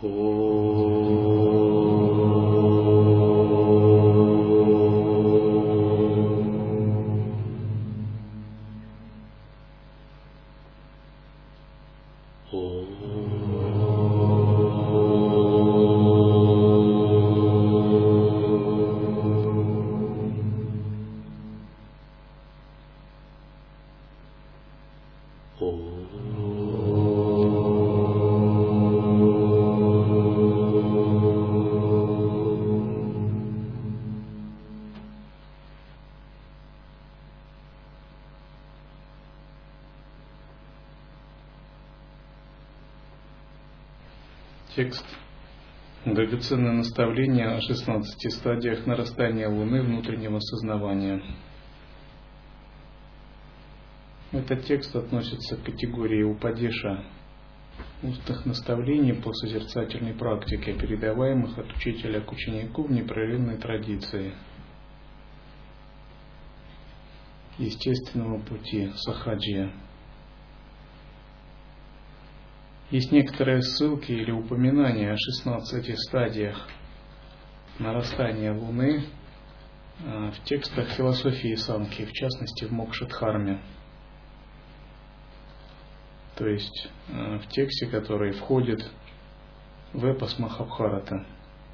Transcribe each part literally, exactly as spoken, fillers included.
Текст. Драгоценное наставление о шестнадцати стадиях нарастания Луны внутреннего сознания. Этот текст относится к категории упадеша, устных наставлений по созерцательной практике, передаваемых от учителя к ученику в непрерывной традиции естественного пути сахаджия. Есть некоторые ссылки или упоминания о шестнадцати стадиях нарастания Луны в текстах философии Санки, в частности в Мокша-дхарме. То есть в тексте, который входит в эпос Махабхарата.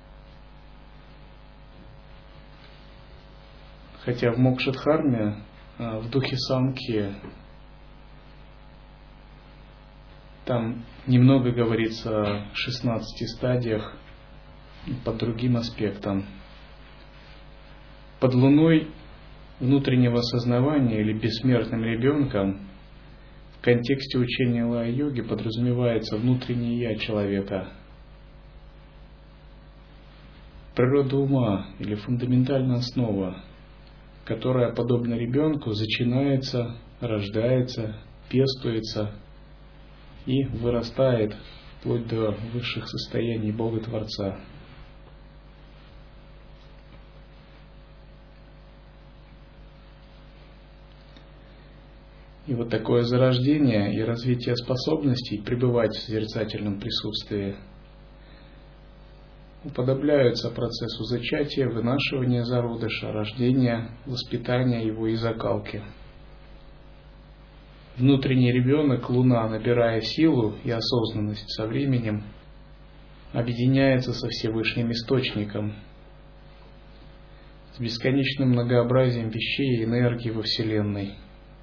Хотя в Мокша-дхарме, в духе Санки, там немного говорится о шестнадцати стадиях под другим аспектом. Под Луной внутреннего сознания или бессмертным ребенком в контексте учения лая-йоги подразумевается внутреннее я человека. Природа ума или фундаментальная основа, которая, подобно ребенку, зачинается, рождается, пестуется и вырастает вплоть до высших состояний Бога-Творца. И вот такое зарождение и развитие способностей пребывать в созерцательном присутствии уподобляются процессу зачатия, вынашивания зародыша, рождения, воспитания его и закалки. Внутренний ребенок, Луна, набирая силу и осознанность со временем, объединяется со Всевышним Источником, с бесконечным многообразием вещей и энергии во Вселенной.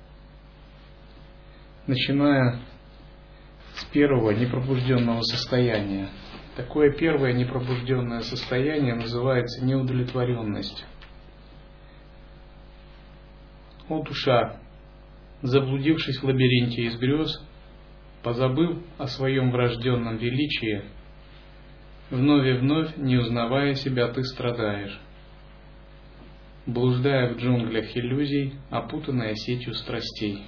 Начиная с первого непробужденного состояния. Такое первое непробужденное состояние называется неудовлетворенность. О, душа, заблудившись в лабиринте из грез, позабыв о своем врожденном величии, вновь и вновь, не узнавая себя, ты страдаешь, блуждая в джунглях иллюзий, опутанная сетью страстей.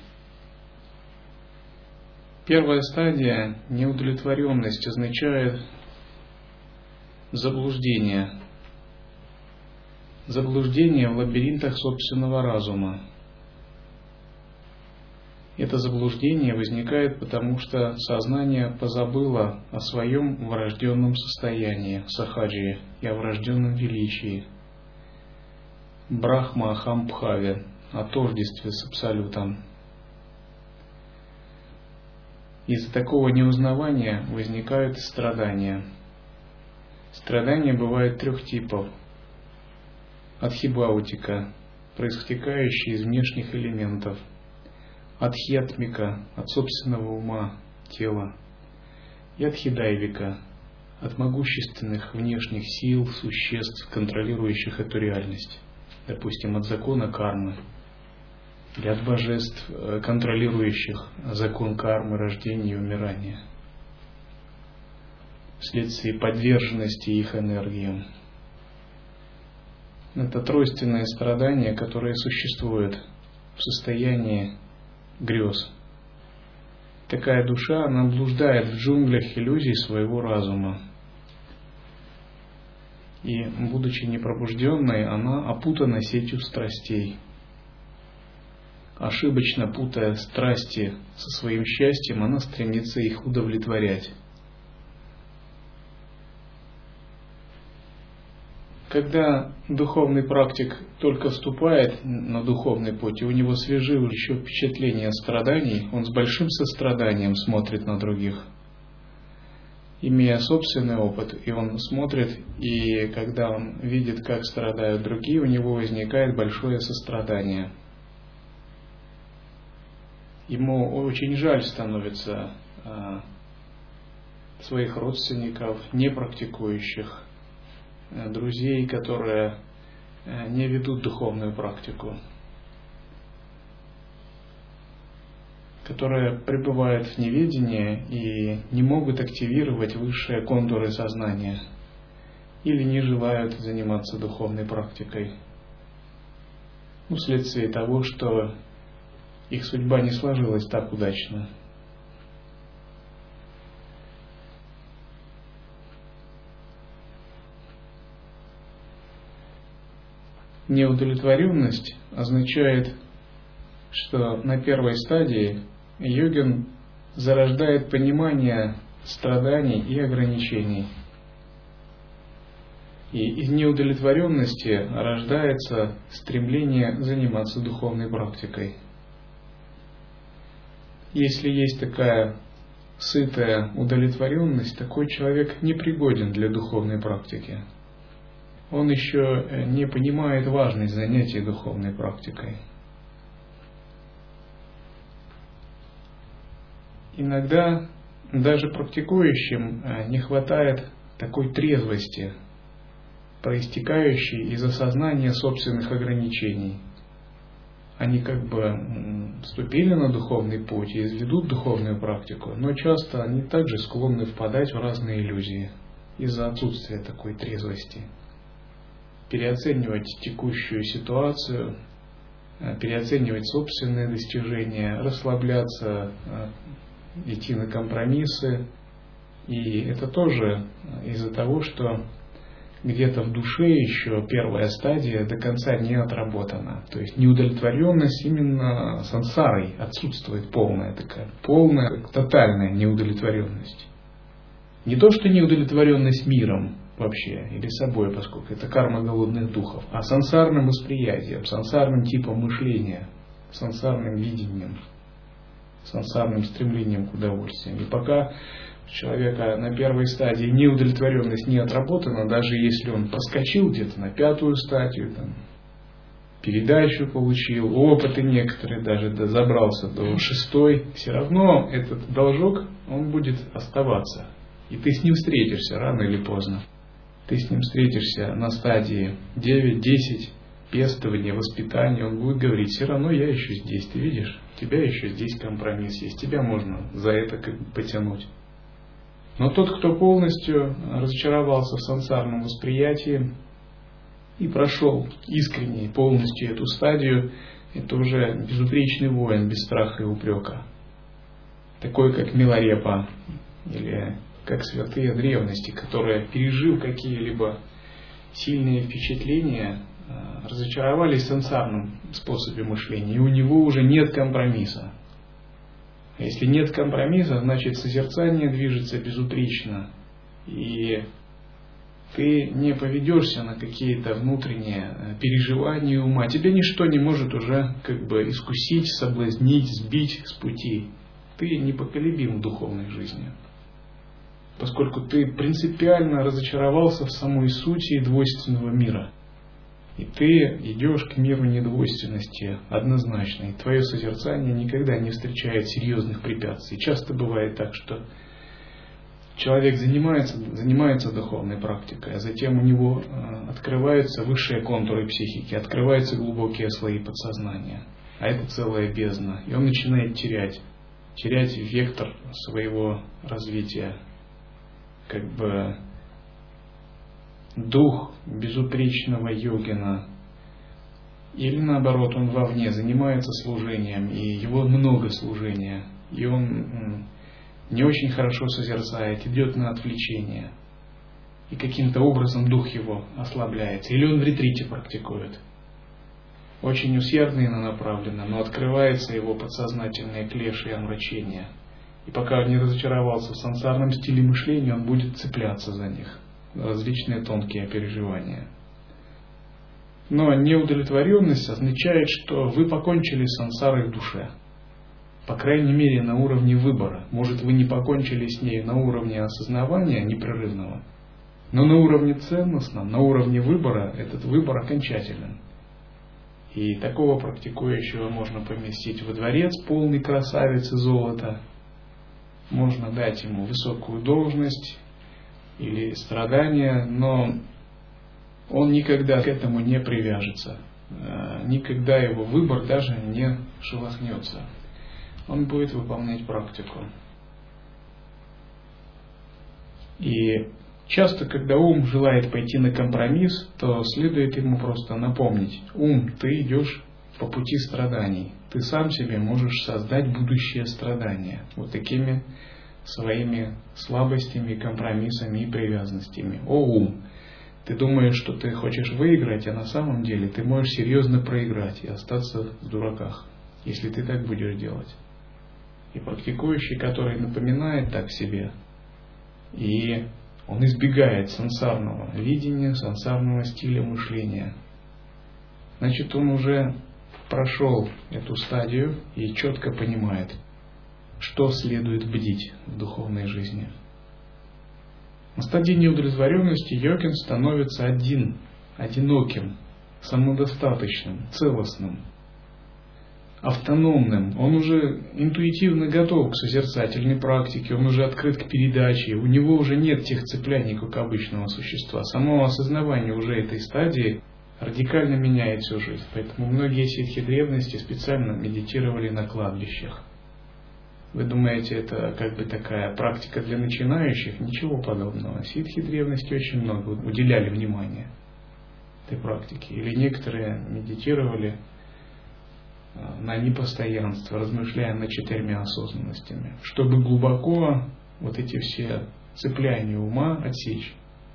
Первая стадия, неудовлетворенность, означает заблуждение. Заблуждение в лабиринтах собственного разума. Это заблуждение возникает потому, что сознание позабыло о своем врожденном состоянии, сахаджи, и о врожденном величии, брахма ахамбхаве, о тождестве с абсолютом. Из-за такого неузнавания возникают страдания. Страдания бывают трех типов. Адхибаутика, проистекающие из внешних элементов. Адхьятмика, от собственного ума, тела. И адхидайвика, от могущественных внешних сил, существ, контролирующих эту реальность. Допустим, от закона кармы. Или от божеств, контролирующих закон кармы, рождения и умирания, вследствие подверженности их энергиям. Это тройственные страдания, которые существуют в состоянии грез. Такая душа, она блуждает в джунглях иллюзий своего разума. И, будучи непробужденной, она опутана сетью страстей. Ошибочно путая страсти со своим счастьем, она стремится их удовлетворять. когда духовный практик только вступает на духовный путь, и у него свежи еще впечатления страданий, он с большим состраданием смотрит на других, имея собственный опыт, и он смотрит, и когда он видит, как страдают другие, у него возникает большое сострадание. Ему очень жаль становится а, своих родственников, не практикующих, а, друзей, которые а, не ведут духовную практику, которые пребывают в неведении и не могут активировать высшие контуры сознания или не желают заниматься духовной практикой, ну, вследствие того, что их судьба не сложилась так удачно. Неудовлетворенность означает, что на первой стадии йогин зарождает понимание страданий и ограничений. И из неудовлетворенности рождается стремление заниматься духовной практикой. Если есть такая сытая удовлетворенность, такой человек не пригоден для духовной практики. Он еще не понимает важность занятий духовной практикой. Иногда даже практикующим не хватает такой трезвости, проистекающей из осознания собственных ограничений. Они как бы вступили на духовный путь и ведут духовную практику, но часто они также склонны впадать в разные иллюзии из-за отсутствия такой трезвости. Переоценивать текущую ситуацию, переоценивать собственные достижения, расслабляться, идти на компромиссы. И это тоже из-за того, что где-то в душе еще первая стадия до конца не отработана. То есть неудовлетворенность именно сансарой отсутствует, полная такая, полная, тотальная неудовлетворенность. Не то, что неудовлетворенность миром вообще, или собой, поскольку это карма голодных духов, а сансарным восприятием, сансарным типом мышления, сансарным видением, сансарным стремлением к удовольствиям. И пока у человека на первой стадии неудовлетворенность не отработана, даже если он проскочил где-то на пятую стадию, там, передачу получил, опыты некоторые, даже забрался до шестой, все равно этот должок, он будет оставаться. И ты с ним встретишься рано или поздно. Ты с ним встретишься на стадии девять-десять, пестования, воспитания, он будет говорить: все равно я еще здесь, ты видишь, у тебя еще здесь компромисс есть, тебя можно за это как бы потянуть. Но тот, кто полностью разочаровался в сансарном восприятии и прошел искренне полностью эту стадию, это уже безупречный воин без страха и упрека. Такой, как Миларепа, или как святые древности, которые, пережив какие-либо сильные впечатления, разочаровались в сансарном способе мышления, и у него уже нет компромисса. А если нет компромисса, значит созерцание движется безупречно, и ты не поведешься на какие-то внутренние переживания ума. Тебя ничто не может уже как бы искусить, соблазнить, сбить с пути. Ты непоколебим в духовной жизни, поскольку ты принципиально разочаровался в самой сути двойственного мира. И ты идешь к миру недвойственности однозначно. И твое созерцание никогда не встречает серьезных препятствий. Часто бывает так, что человек занимается, занимается духовной практикой, а затем у него открываются высшие контуры психики, открываются глубокие слои подсознания. А это целая бездна. И он начинает терять, терять вектор своего развития. Как бы дух безупречного йогина. Или наоборот, он вовне занимается служением, и его много служения, и он не очень хорошо созерцает, идет на отвлечение, и каким-то образом дух его ослабляется. Или он в ретрите практикует, очень усердно и направленно, но открывается его подсознательные клеши и омрачения. И пока он не разочаровался в сансарном стиле мышления, он будет цепляться за них, различные тонкие переживания. Но неудовлетворенность означает, что вы покончили с сансарой в душе. По крайней мере, на уровне выбора. Может, вы не покончили с ней на уровне осознавания непрерывного, но на уровне ценностном, на уровне выбора, этот выбор окончателен. И такого практикующего можно поместить во дворец, полный красавиц и золота. Можно дать ему высокую должность или страдания, но он никогда к этому не привяжется. Никогда его выбор даже не шелохнется. Он будет выполнять практику. И часто, когда ум желает пойти на компромисс, то следует ему просто напомнить: ум, ты идешь по пути страданий. Ты сам себе можешь создать будущее страдания вот такими своими слабостями, компромиссами и привязанностями. О, ум! Ты думаешь, что ты хочешь выиграть, а на самом деле ты можешь серьезно проиграть и остаться в дураках, если ты так будешь делать. И практикующий, который напоминает так себе, и он избегает сансарного видения, сансарного стиля мышления, значит, он уже прошел эту стадию и четко понимает, что следует бдить в духовной жизни. На стадии неудовлетворенности йогин становится один, одиноким, самодостаточным, целостным, автономным. Он уже интуитивно готов к созерцательной практике, он уже открыт к передаче, у него уже нет тех цепляний, как у обычного существа. Само осознавание уже этой стадии радикально меняет всю жизнь. Поэтому многие ситхи древности специально медитировали на кладбищах. Вы думаете, это как бы такая практика для начинающих? Ничего подобного. Ситхи древности очень много уделяли внимания этой практике. Или некоторые медитировали на непостоянство, размышляя над четырьмя осознанностями, чтобы глубоко вот эти все цепляния ума отсечь.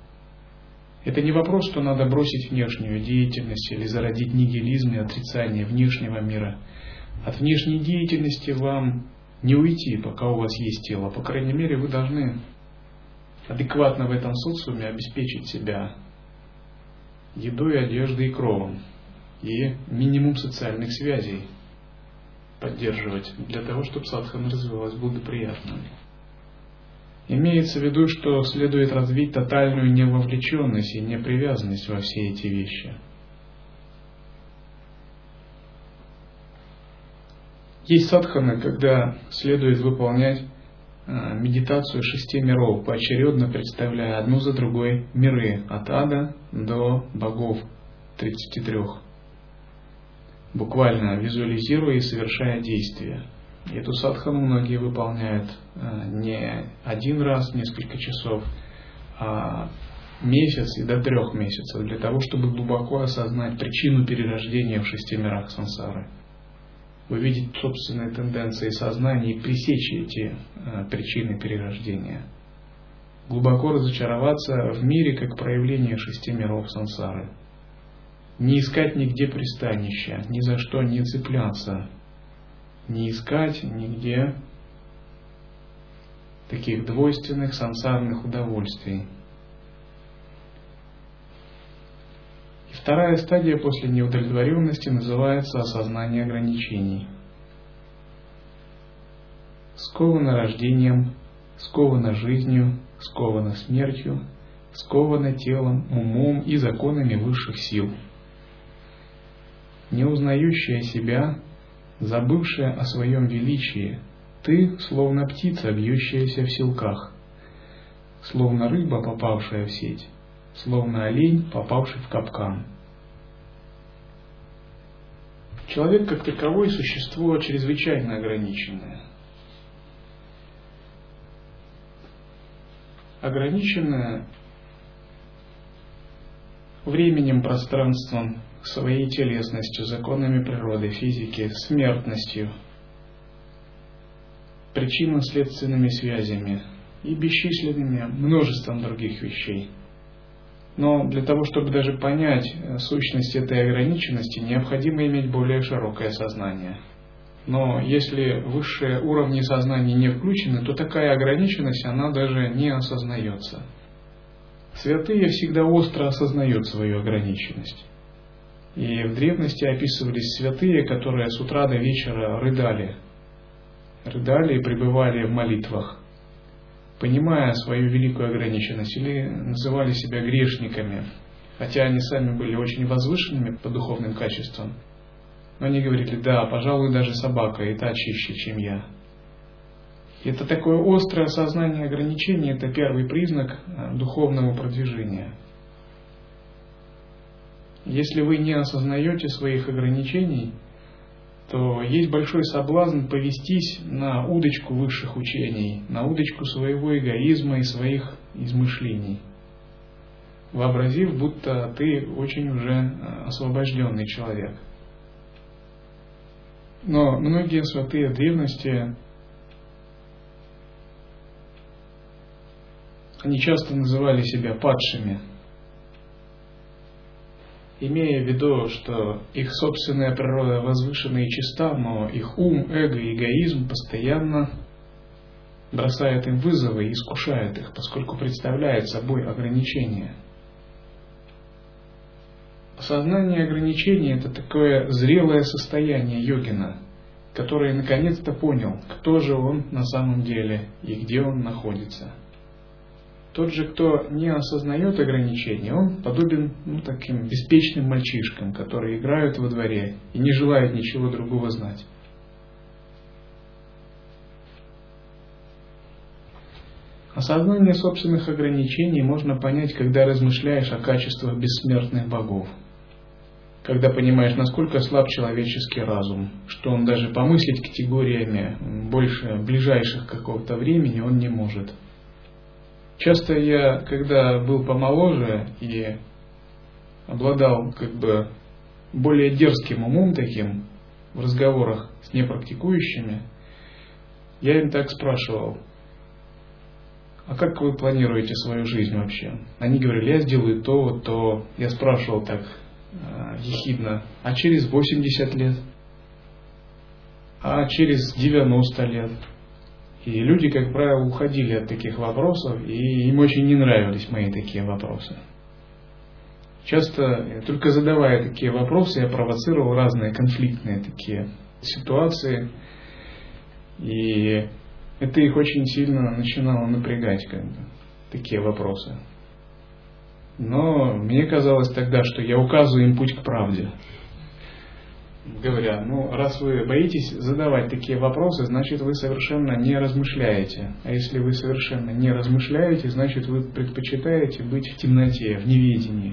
Это не вопрос, что надо бросить внешнюю деятельность или зародить нигилизм и отрицание внешнего мира. От внешней деятельности вам не уйти, пока у вас есть тело. По крайней мере, вы должны адекватно в этом социуме обеспечить себя едой, одеждой и кровом. И минимум социальных связей поддерживать для того, чтобы садхана развивалась благоприятно. Имеется в виду, что следует развить тотальную невовлеченность и непривязанность во все эти вещи. Есть садхана, когда следует выполнять медитацию шести миров, поочередно представляя одну за другой миры, от ада до богов тридцати трёх. Буквально визуализируя и совершая действия. И эту садхану многие выполняют не один раз, несколько часов, а месяц и до трех месяцев, для того, чтобы глубоко осознать причину перерождения в шести мирах сансары. Увидеть собственные тенденции сознания и пресечь эти причины перерождения. Глубоко разочароваться в мире как проявление шести миров сансары. Не искать нигде пристанища, ни за что не цепляться, не искать нигде таких двойственных сансарных удовольствий. И вторая стадия после неудовлетворенности называется осознание ограничений. Сковано рождением, сковано жизнью, сковано смертью, сковано телом, умом и законами высших сил. Не узнающая себя, забывшая о своем величии, ты, словно птица, бьющаяся в селках, словно рыба, попавшая в сеть, словно олень, попавший в капкан. Человек как таковой существо чрезвычайно ограниченное. Ограниченное временем, пространством, своей телесностью, законами природы, физики, смертностью, причинно-следственными связями и бесчисленными множеством других вещей. Но для того, чтобы даже понять сущность этой ограниченности, необходимо иметь более широкое сознание. Но если высшие уровни сознания не включены, то такая ограниченность, она даже не осознается. Святые всегда остро осознают свою ограниченность. И в древности описывались святые, которые с утра до вечера рыдали. Рыдали и пребывали в молитвах, понимая свою великую ограниченность, или называли себя грешниками, хотя они сами были очень возвышенными по духовным качествам. Но они говорили: да, пожалуй, даже собака и та чище, чем я. И это такое острое осознание ограничений, это первый признак духовного продвижения. Если вы не осознаете своих ограничений, то есть большой соблазн повестись на удочку высших учений, на удочку своего эгоизма и своих измышлений, вообразив, будто ты очень уже освобожденный человек. Но многие святые древности, они часто называли себя падшими, имея в виду, что их собственная природа возвышена и чиста, но их ум, эго и эгоизм постоянно бросают им вызовы и искушают их, поскольку представляет собой ограничение. Осознание ограничений – это такое зрелое состояние йогина, который наконец-то понял, кто же он на самом деле и где он находится. Тот же, кто не осознает ограничения, он подобен ну, таким беспечным мальчишкам, которые играют во дворе и не желают ничего другого знать. Осознание собственных ограничений можно понять, когда размышляешь о качествах бессмертных богов, когда понимаешь, насколько слаб человеческий разум, что он даже помыслить категориями больше ближайших какого-то времени он не может. Часто я, когда был помоложе и обладал как бы более дерзким умом таким в разговорах с непрактикующими, я им так спрашивал: а как вы планируете свою жизнь вообще? Они говорили: я сделаю то, то. Я спрашивал так э, ехидно: а через восемьдесят лет? А через девяносто лет? И люди, как правило, уходили от таких вопросов, и им очень не нравились мои такие вопросы. Часто, только задавая такие вопросы, я провоцировал разные конфликтные такие ситуации, и это их очень сильно начинало напрягать, как бы, такие вопросы. Но мне казалось тогда, что я указываю им путь к правде. Говоря: ну, раз вы боитесь задавать такие вопросы, значит, вы совершенно не размышляете. А если вы совершенно не размышляете, значит, вы предпочитаете быть в темноте, в неведении.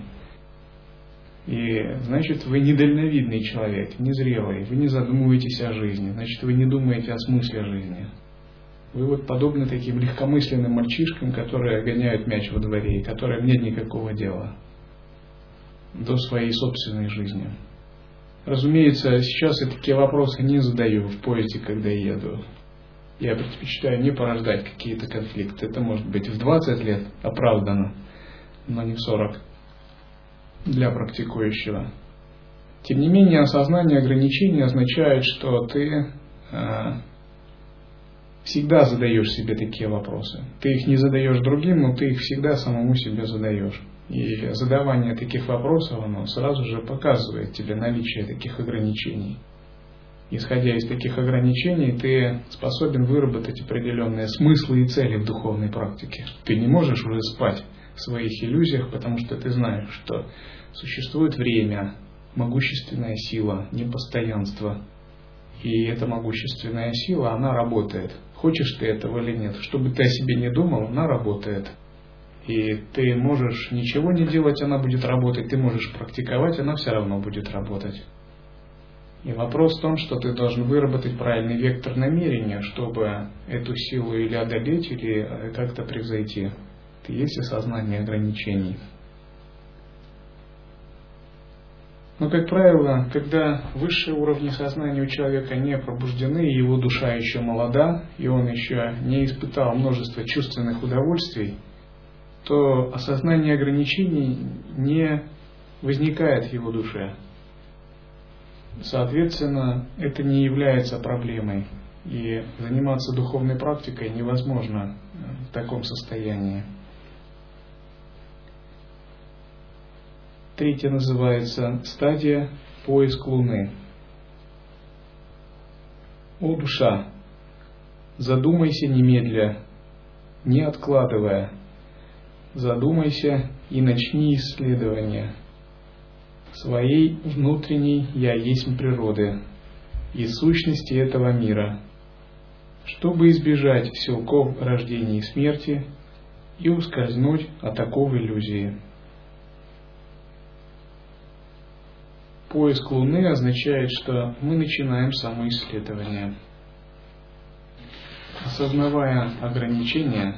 И значит, вы недальновидный человек, незрелый, вы не задумываетесь о жизни, значит, вы не думаете о смысле жизни. Вы вот подобны таким легкомысленным мальчишкам, которые гоняют мяч во дворе, и которым нет никакого дела до своей собственной жизни. Разумеется, сейчас я такие вопросы не задаю в поезде, когда еду. Я предпочитаю не порождать какие-то конфликты. Это может быть в двадцать лет оправдано, но не в сорок для практикующего. Тем не менее, осознание ограничений означает, что ты э, всегда задаешь себе такие вопросы. Ты их не задаешь другим, но ты их всегда самому себе задаешь. И задавание таких вопросов, оно сразу же показывает тебе наличие таких ограничений. Исходя из таких ограничений, ты способен выработать определенные смыслы и цели в духовной практике. Ты не можешь уже спать в своих иллюзиях, потому что ты знаешь, что существует время, могущественная сила, непостоянство. И эта могущественная сила, она работает. Хочешь ты этого или нет, что бы ты о себе не думал, она работает. И ты можешь ничего не делать, она будет работать. Ты можешь практиковать, она все равно будет работать. И вопрос в том, что ты должен выработать правильный вектор намерения, чтобы эту силу или одолеть, или как-то превзойти. Это и есть осознание ограничений. Но, как правило, когда высшие уровни сознания у человека не пробуждены, его душа еще молода, и он еще не испытал множество чувственных удовольствий, то осознание ограничений не возникает в его душе. Соответственно, это не является проблемой, и заниматься духовной практикой невозможно в таком состоянии. Третья называется стадия поиск Луны. О душа, задумайся немедля, не откладывая. Задумайся и начни исследование своей внутренней «Я есть» природы и сущности этого мира, чтобы избежать силков рождения и смерти и ускользнуть от такой иллюзии. Поиск Луны означает, что мы начинаем самоисследование. Осознавая ограничения,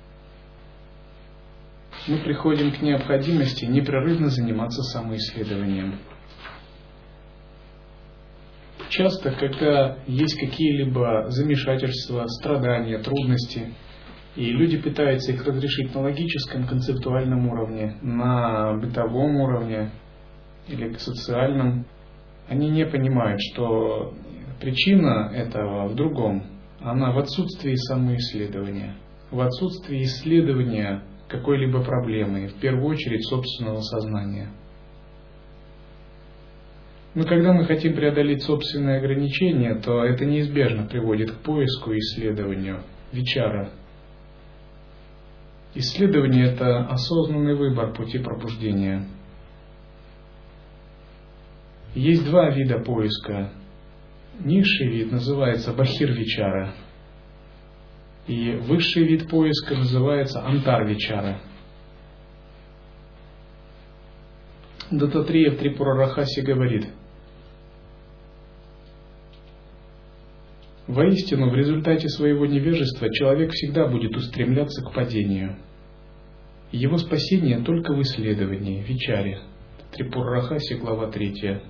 мы приходим к необходимости непрерывно заниматься самоисследованием. Часто, когда есть какие-либо замешательства, страдания, трудности, и люди пытаются их разрешить на логическом, концептуальном уровне, на бытовом уровне или социальном, они не понимают, что причина этого в другом. Она в отсутствии самоисследования, в отсутствии исследования какой-либо проблемы, в первую очередь собственного сознания. Но когда мы хотим преодолеть собственные ограничения, то это неизбежно приводит к поиску и исследованию вичара. Исследование – это осознанный выбор пути пробуждения. Есть два вида поиска. Низший вид называется бахир-вичара, и высший вид поиска называется антар-вичара. Дататрея в Трипура-Рахасе говорит: воистину, в результате своего невежества человек всегда будет устремляться к падению. Его спасение только в исследовании, вичаре. Трипура-Рахасе, глава третья.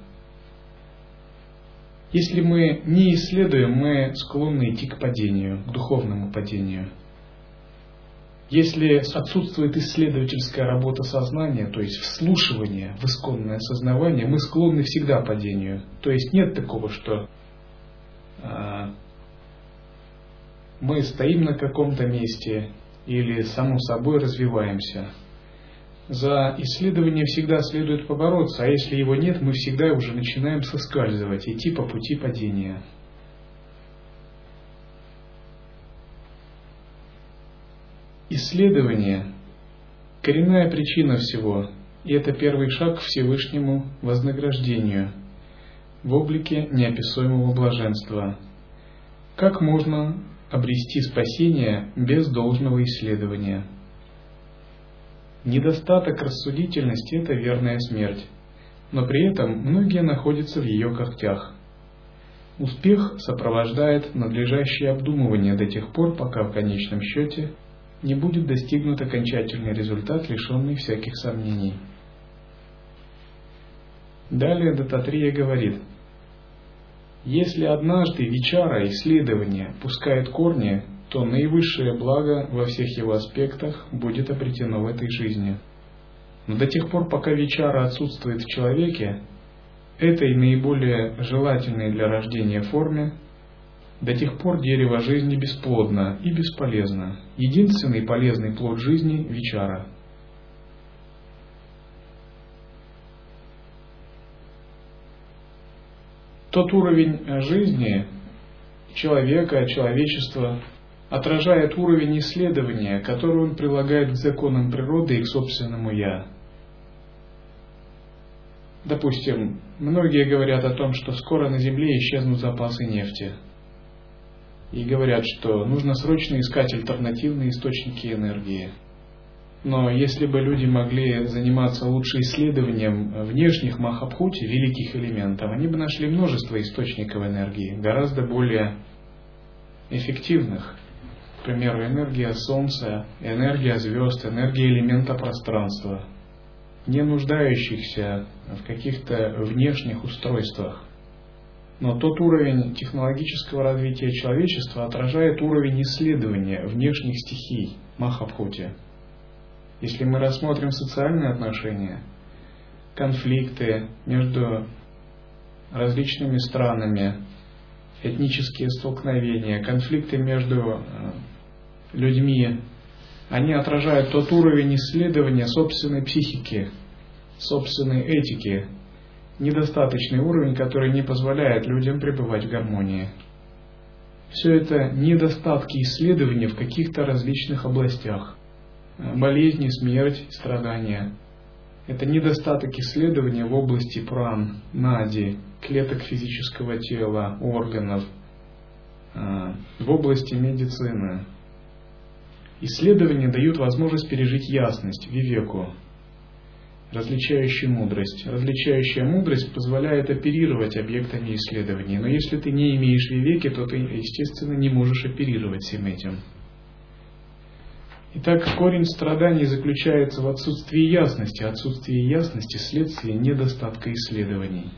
Если мы не исследуем, мы склонны идти к падению, к духовному падению. Если отсутствует исследовательская работа сознания, то есть вслушивание в исконное осознавание, мы склонны всегда к падению. То есть нет такого, что а, мы стоим на каком-то месте или само собой развиваемся. За исследование всегда следует побороться, а если его нет, мы всегда уже начинаем соскальзывать, идти по пути падения. Исследование – коренная причина всего, и это первый шаг к Всевышнему вознаграждению в облике неописуемого блаженства. Как можно обрести спасение без должного исследования? Недостаток рассудительности – это верная смерть, но при этом многие находятся в ее когтях. Успех сопровождает надлежащее обдумывание до тех пор, пока в конечном счете не будет достигнут окончательный результат, лишенный всяких сомнений. Далее Дататрея говорит: если однажды вичара, исследование, пускает корни, то наивысшее благо во всех его аспектах будет обретено в этой жизни. Но до тех пор, пока вичара отсутствует в человеке, этой наиболее желательной для рождения форме, до тех пор дерево жизни бесплодно и бесполезно. Единственный полезный плод жизни – вичара. Тот уровень жизни человека, человечества отражает уровень исследования, который он прилагает к законам природы и к собственному «я». Допустим, многие говорят о том, что скоро на Земле исчезнут запасы нефти. И говорят, что нужно срочно искать альтернативные источники энергии. Но если бы люди могли заниматься лучше исследованием внешних махабхути, великих элементов, они бы нашли множество источников энергии, гораздо более эффективных. К примеру, энергия Солнца, энергия звезд, энергия элемента пространства, не нуждающихся в каких-то внешних устройствах. Но тот уровень технологического развития человечества отражает уровень исследования внешних стихий, махабхути. Если мы рассмотрим социальные отношения, конфликты между различными странами, этнические столкновения, конфликты между людьми, они отражают тот уровень исследования собственной психики, собственной этики, недостаточный уровень, который не позволяет людям пребывать в гармонии. Все это недостатки исследований в каких-то различных областях. Болезни, смерть, страдания. Это недостаток исследования в области пран, нади, клеток физического тела, органов, в области медицины. Исследования дают возможность пережить ясность, вивеку, различающую мудрость. Различающая мудрость позволяет оперировать объектами исследований. Но если ты не имеешь вивеки, то ты, естественно, не можешь оперировать всем этим. Итак, корень страданий заключается в отсутствии ясности. Отсутствие ясности – следствие недостатка исследований.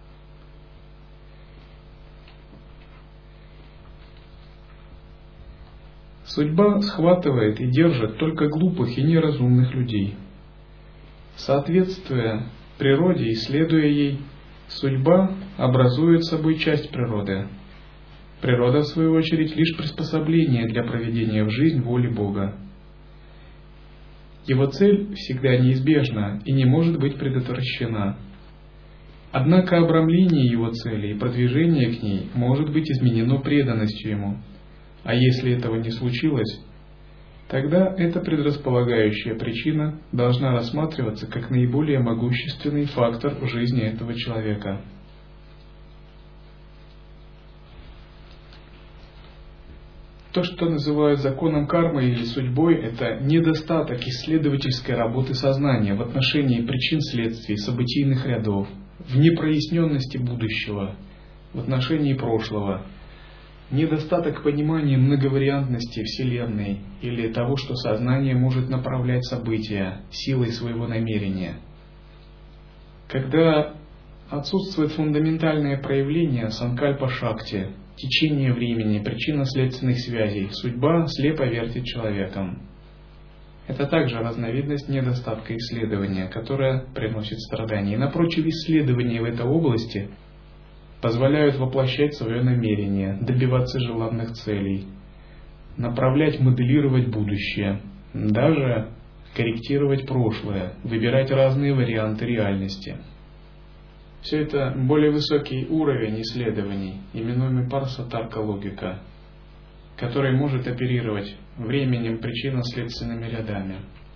Судьба схватывает и держит только глупых и неразумных людей. Соответствуя природе и следуя ей, судьба образует собой часть природы. Природа, в свою очередь, лишь приспособление для проведения в жизнь воли Бога. Его цель всегда неизбежна и не может быть предотвращена. Однако обрамление его цели и продвижение к ней может быть изменено преданностью ему. А если этого не случилось, тогда эта предрасполагающая причина должна рассматриваться как наиболее могущественный фактор в жизни этого человека. То, что называют законом кармы или судьбой, это недостаток исследовательской работы сознания в отношении причин следствий, событийных рядов, в непроясненности будущего, в отношении прошлого, недостаток понимания многовариантности Вселенной или того, что сознание может направлять события силой своего намерения. Когда отсутствует фундаментальное проявление санкальпа-шакти, течение времени, причинно-следственных связей, судьба слепо вертит человеком. Это также разновидность недостатка исследования, которая приносит страдания. И, напротив, исследования в этой области позволяют воплощать свое намерение, добиваться желанных целей, направлять, моделировать будущее, даже корректировать прошлое, выбирать разные варианты реальности. Все это более высокий уровень исследований, именуемый парасатарка-логика, который может оперировать временем, причинно-следственными рядами.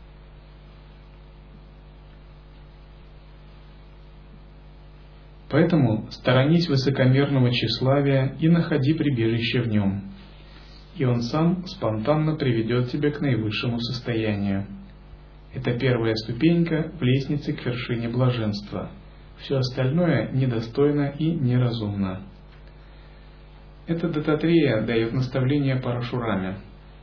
Поэтому сторонись высокомерного тщеславия и находи прибежище в нем, и он сам спонтанно приведет тебя к наивысшему состоянию. Это первая ступенька в лестнице к вершине блаженства. Все остальное недостойно и неразумно. Эта Дататрея дает наставление Парашураме.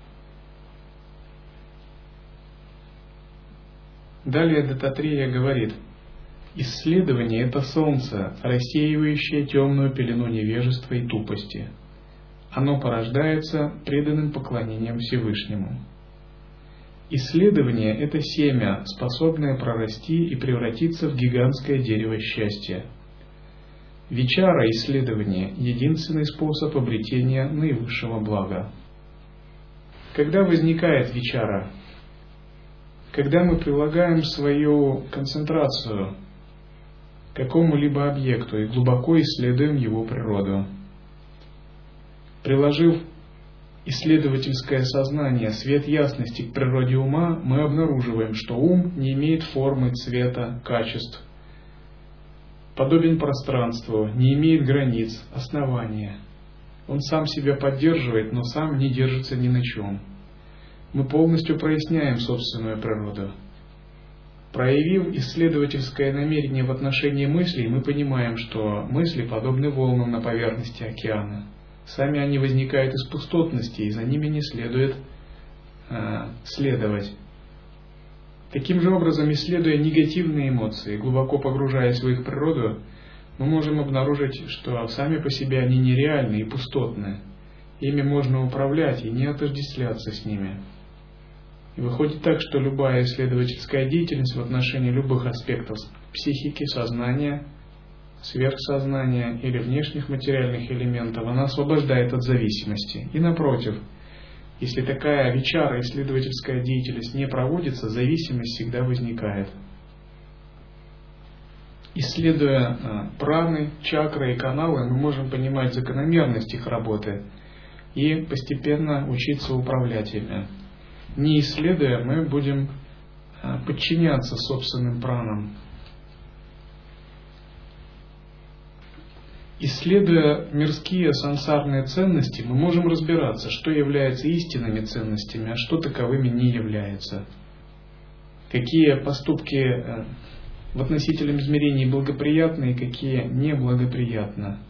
Далее Дататрея говорит: исследование – это солнце, рассеивающее темную пелену невежества и тупости. Оно порождается преданным поклонением Всевышнему. Исследование – это семя, способное прорасти и превратиться в гигантское дерево счастья. Вичара исследование – единственный способ обретения наивысшего блага. Когда возникает вичара? Когда мы прилагаем свою концентрацию к какому-либо объекту и глубоко исследуем его природу. Приложив исследовательское сознание, свет ясности к природе ума, мы обнаруживаем, что ум не имеет формы, цвета, качеств, подобен пространству, не имеет границ, основания. Он сам себя поддерживает, но сам не держится ни на чем. Мы полностью проясняем собственную природу. Проявив исследовательское намерение в отношении мыслей, мы понимаем, что мысли подобны волнам на поверхности океана. Сами они возникают из пустотности, и за ними не следует э, следовать. Таким же образом, исследуя негативные эмоции, глубоко погружаясь в их природу, мы можем обнаружить, что сами по себе они нереальны и пустотны. Ими можно управлять и не отождествляться с ними. И выходит так, что любая исследовательская деятельность в отношении любых аспектов психики, сознания, сверхсознания или внешних материальных элементов, она освобождает от зависимости. И напротив, если такая вичара, исследовательская деятельность не проводится, зависимость всегда возникает. Исследуя праны, чакры и каналы, мы можем понимать закономерность их работы и постепенно учиться управлять ими. Не исследуя, мы будем подчиняться собственным пранам. Исследуя мирские сансарные ценности, мы можем разбираться, что является истинными ценностями, а что таковыми не является. Какие поступки в относительном измерении благоприятны и какие неблагоприятны.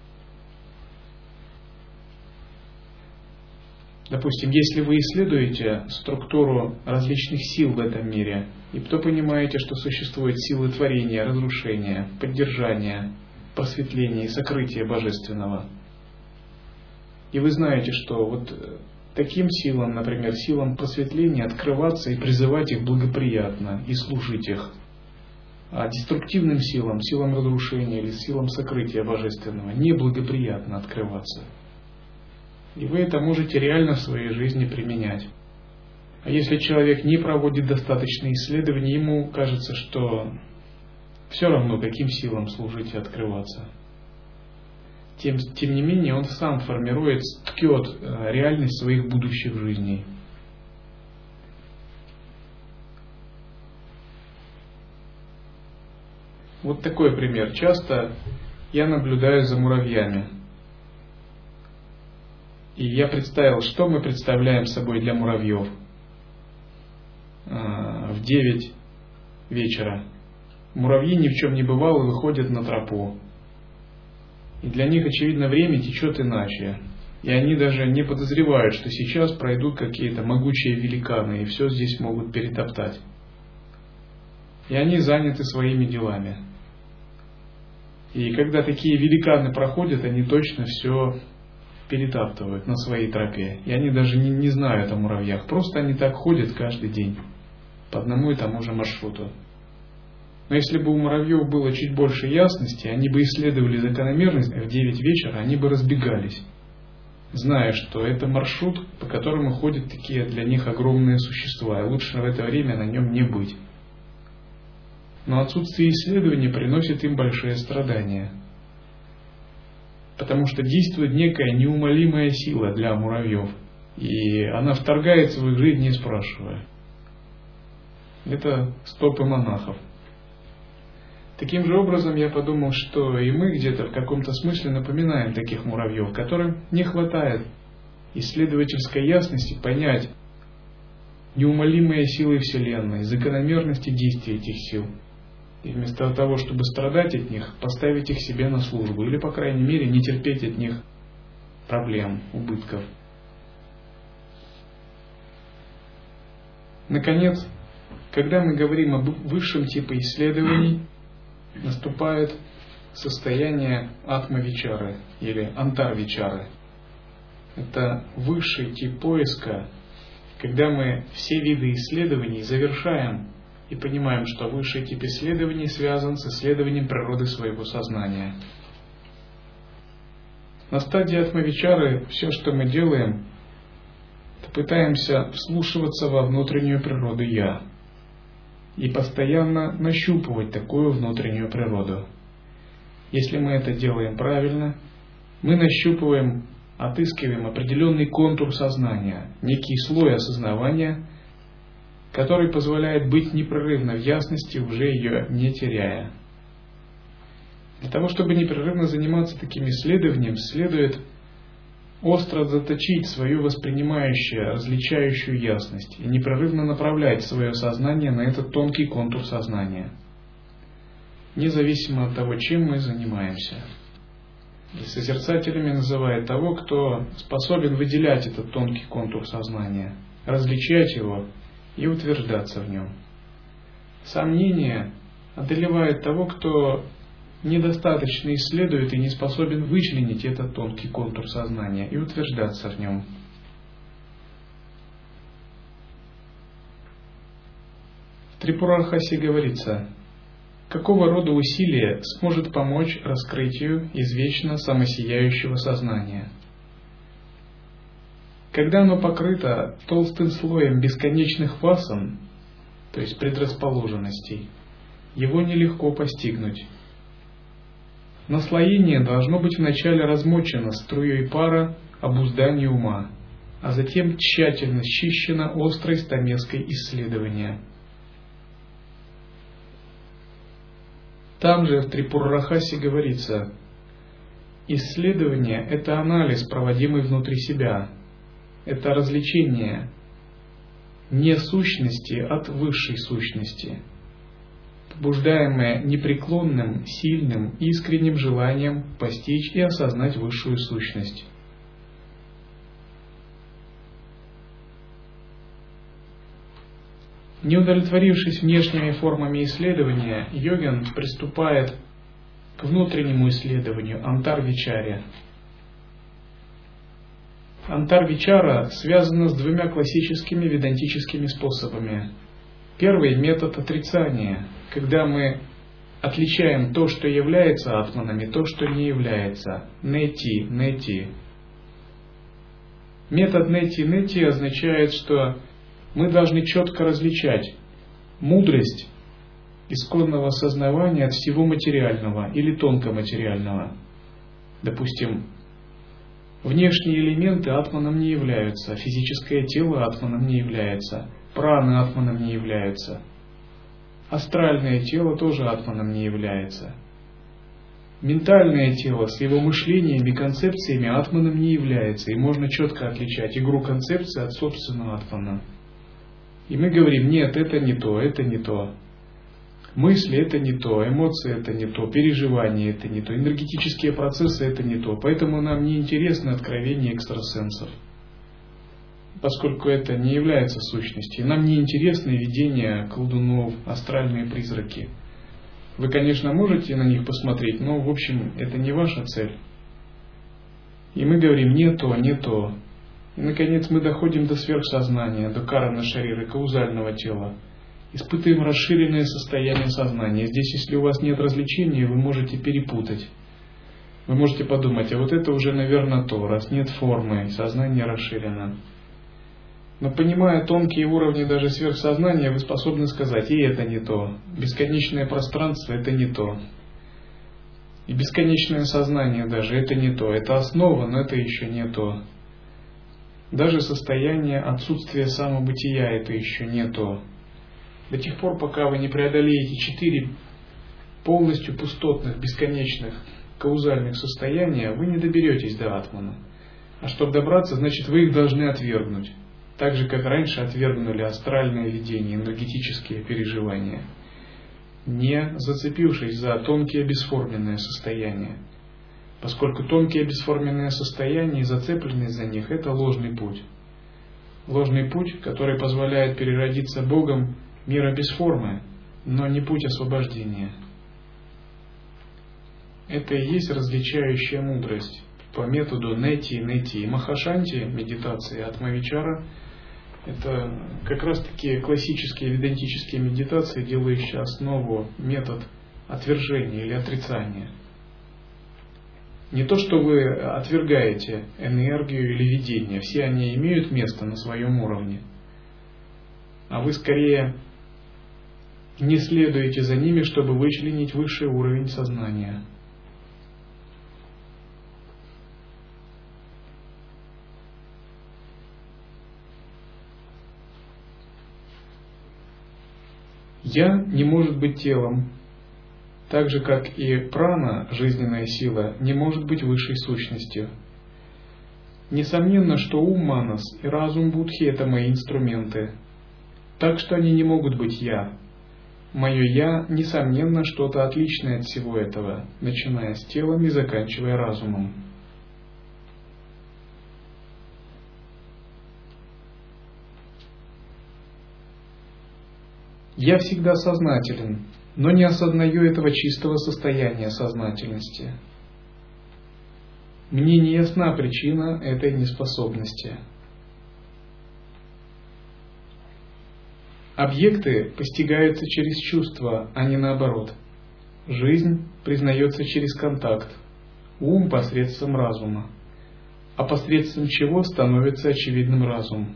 Допустим, если вы исследуете структуру различных сил в этом мире, и то понимаете, что существуют силы творения, разрушения, поддержания, просветления и сокрытия божественного, и вы знаете, что вот таким силам, например, силам просветления открываться и призывать их благоприятно и служить их, а деструктивным силам, силам разрушения или силам сокрытия божественного неблагоприятно открываться. И вы это можете реально в своей жизни применять. А если человек не проводит достаточно исследований, ему кажется, что все равно, каким силам служить и открываться. Тем, тем не менее, он сам формирует, ткет реальность своих будущих жизней. Вот такой пример. Часто я наблюдаю за муравьями. И я представил, что мы представляем собой для муравьев в девять вечера. Муравьи ни в чем не бывало выходят на тропу. И для них, очевидно, время течет иначе. И они даже не подозревают, что сейчас пройдут какие-то могучие великаны и все здесь могут перетоптать. И они заняты своими делами. И когда такие великаны проходят, они точно все перетаптывают на своей тропе. И они даже не, не знают о муравьях. Просто они так ходят каждый день по одному и тому же маршруту. Но если бы у муравьев было чуть больше ясности, они бы исследовали закономерность, в девять вечера они бы разбегались, зная, что это маршрут, по которому ходят такие для них огромные существа, и лучше в это время на нем не быть. Но отсутствие исследований приносит им большие страдания, потому что действует некая неумолимая сила для муравьев, и она вторгается в их жизнь, не спрашивая. Это стопы монахов. Таким же образом я подумал, что и мы где-то в каком-то смысле напоминаем таких муравьев, которым не хватает исследовательской ясности понять неумолимые силы Вселенной, закономерности действий этих сил. И вместо того, чтобы страдать от них, поставить их себе на службу, или, по крайней мере, не терпеть от них проблем, убытков. Наконец, когда мы говорим об высшем типе исследований, наступает состояние атма-вичары или антар-вичары. Это высший тип поиска, когда мы все виды исследований завершаем и понимаем, что высший тип исследований связан с исследованием природы своего сознания. На стадии атма-вичары все, что мы делаем, это пытаемся вслушиваться во внутреннюю природу «я» и постоянно нащупывать такую внутреннюю природу. Если мы это делаем правильно, мы нащупываем, отыскиваем определенный контур сознания, некий слой осознавания, который позволяет быть непрерывно в ясности, уже ее не теряя. Для того, чтобы непрерывно заниматься таким исследованием, следует остро заточить свою воспринимающую, различающую ясность и непрерывно направлять свое сознание на этот тонкий контур сознания, независимо от того, чем мы занимаемся. И созерцателями называют того, кто способен выделять этот тонкий контур сознания, различать его и утверждаться в нем. Сомнение одолевает того, кто недостаточно исследует и не способен вычленить этот тонкий контур сознания и утверждаться в нем. В Трипурархасе говорится: какого рода усилие сможет помочь раскрытию извечно самосияющего сознания? Когда оно покрыто толстым слоем бесконечных васан, то есть предрасположенностей, его нелегко постигнуть Наслоение должно быть вначале размочено струей пара обуздания ума, а затем тщательно счищено острой стамеской исследования. Там же в Трипурарахасе говорится: исследование – это анализ, проводимый внутри себя, это развлечение не сущности от высшей сущности, побуждаемое непреклонным, сильным, искренним желанием постичь и осознать высшую сущность. Не удовлетворившись внешними формами исследования, йогин приступает к внутреннему исследованию антар-вичаре. Антар-вичара связана с двумя классическими ведантическими способами. Первый – метод отрицания, когда мы отличаем то, что является атманом, и то, что не является. Нети, нети. Метод нети-нети означает, что мы должны четко различать мудрость исконного осознавания от всего материального или тонкоматериального. Допустим, внешние элементы атманом не являются, физическое тело атманом не является, праны атманом не являются, астральное тело тоже атманом не является. Ментальное тело с его мышлениями и концепциями атманом не является, и можно четко отличать игру концепции от собственного атмана. И мы говорим: нет, это не то, это не то. Мысли – это не то, эмоции – это не то, переживания – это не то, энергетические процессы – это не то. Поэтому нам не интересно откровение экстрасенсов, поскольку это не является сущностью. Нам не интересны видения колдунов, астральные призраки. Вы, конечно, можете на них посмотреть, но, в общем, это не ваша цель. И мы говорим: не то, не то. И, наконец, мы доходим до сверхсознания, до карана-шариры, каузального тела. Испытываем расширенное состояние сознания. Здесь, если у вас нет развлечения, вы можете перепутать. Вы можете подумать: а вот это уже, наверное, то, раз нет формы, сознание расширено. Но понимая тонкие уровни даже сверхсознания, вы способны сказать: и это не то. Бесконечное пространство – это не то. И бесконечное сознание даже – это не то. Это основа, но это еще не то. Даже состояние отсутствия самобытия – это еще не то. До тех пор, пока вы не преодолеете четыре полностью пустотных, бесконечных, каузальных состояния, вы не доберетесь до атмана. А чтобы добраться, значит, вы их должны отвергнуть. Так же, как раньше отвергнули астральное видение, энергетические переживания, не зацепившись за тонкие бесформенные состояния. Поскольку тонкие бесформенные состояния и зацепленность за них – это ложный путь. Ложный путь, который позволяет переродиться Богом мира без формы, но не путь освобождения. Это и есть различающая мудрость по методу нети-нети. Махашанти, медитация, атмавичара – это как раз таки классические ведантические медитации, делающие основу метод отвержения или отрицания. Не то, что вы отвергаете энергию или видение, все они имеют место на своем уровне, а вы скорее не следуете за ними, чтобы вычленить высший уровень сознания. Я не может быть телом, так же, как и прана, жизненная сила, не может быть высшей сущностью. Несомненно, что ум манас и разум будхи – это мои инструменты, так что они не могут быть я. Мое я, несомненно, что-то отличное от всего этого, начиная с телом и заканчивая разумом. Я всегда сознателен, но не осознаю этого чистого состояния сознательности. Мне не ясна причина этой неспособности. Объекты постигаются через чувства, а не наоборот. Жизнь признается через контакт, ум посредством разума, а посредством чего становится очевидным разум.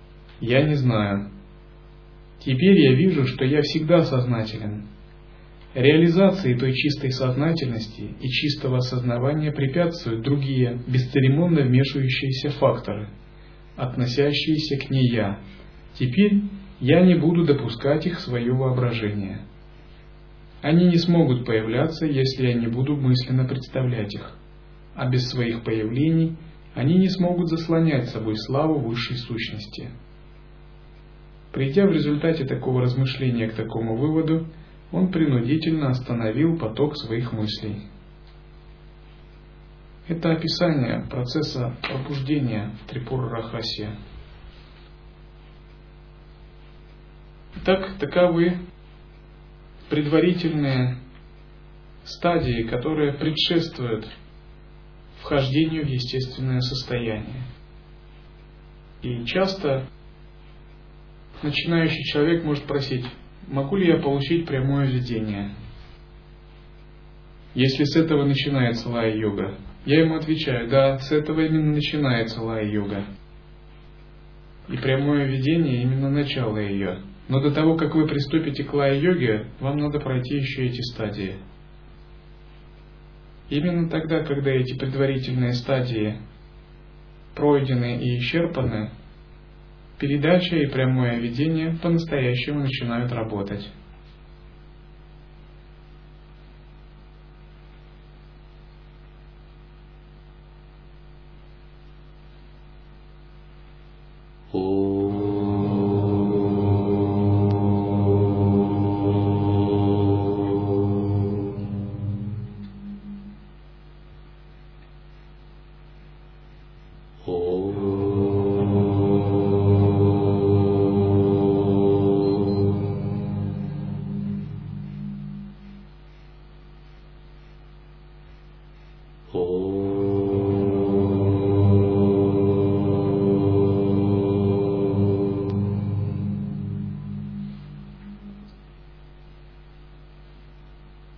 Я не знаю. Теперь я вижу, что я всегда сознателен. Реализации той чистой сознательности и чистого осознавания препятствуют другие, бесцеремонно вмешивающиеся факторы, относящиеся к «не-я». Теперь я не буду допускать их в свое воображение. Они не смогут появляться, если я не буду мысленно представлять их, а без своих появлений они не смогут заслонять собой славу высшей сущности. Придя в результате такого размышления к такому выводу, он принудительно остановил поток своих мыслей. Это описание процесса пробуждения в Трипура-Рахасье. Итак, таковы предварительные стадии, которые предшествуют вхождению в естественное состояние. И часто начинающий человек может просить: могу ли я получить прямое видение? Если с этого начинается лая-йога, я ему отвечаю: да, с этого именно начинается лая-йога. И прямое видение именно начало ее. Но до того, как вы приступите к лая-йоге, вам надо пройти еще эти стадии. Именно тогда, когда эти предварительные стадии пройдены и исчерпаны, передача и прямое видение по-настоящему начинают работать. Oh.